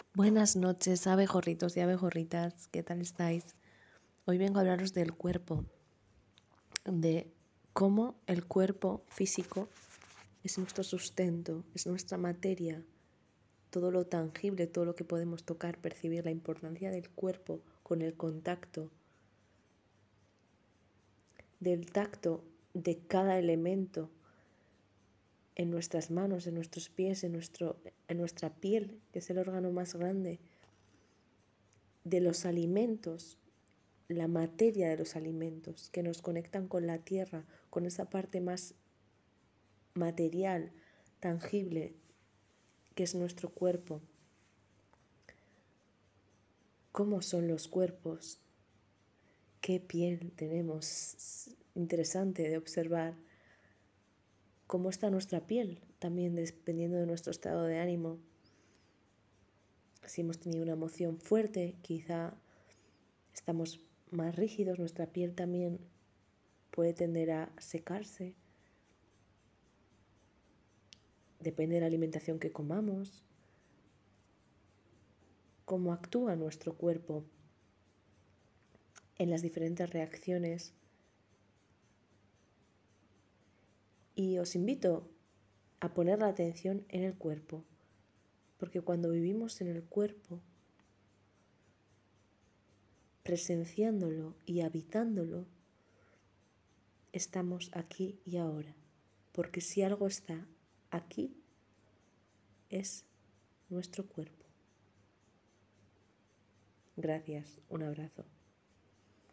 Buenas noches, abejorritos y abejorritas, ¿qué tal estáis? Hoy vengo a hablaros del cuerpo, de cómo el cuerpo físico es nuestro sustento, es nuestra materia, todo lo tangible, todo lo que podemos tocar, percibir, la importancia del cuerpo con el contacto, del tacto de cada elemento en nuestras manos, en nuestros pies, en nuestra piel, que es el órgano más grande, de los alimentos, la materia de los alimentos que nos conectan con la tierra, con esa parte más material, tangible, que es nuestro cuerpo. ¿Cómo son los cuerpos? ¿Qué piel tenemos? Interesante de observar. ¿Cómo está nuestra piel? También dependiendo de nuestro estado de ánimo. Si hemos tenido una emoción fuerte, quizá estamos más rígidos, nuestra piel también puede tender a secarse. Depende de la alimentación que comamos, cómo actúa nuestro cuerpo en las diferentes reacciones. Y os invito a poner la atención en el cuerpo, porque cuando vivimos en el cuerpo, presenciándolo y habitándolo, estamos aquí y ahora, porque si algo está aquí, es nuestro cuerpo. Gracias, un abrazo.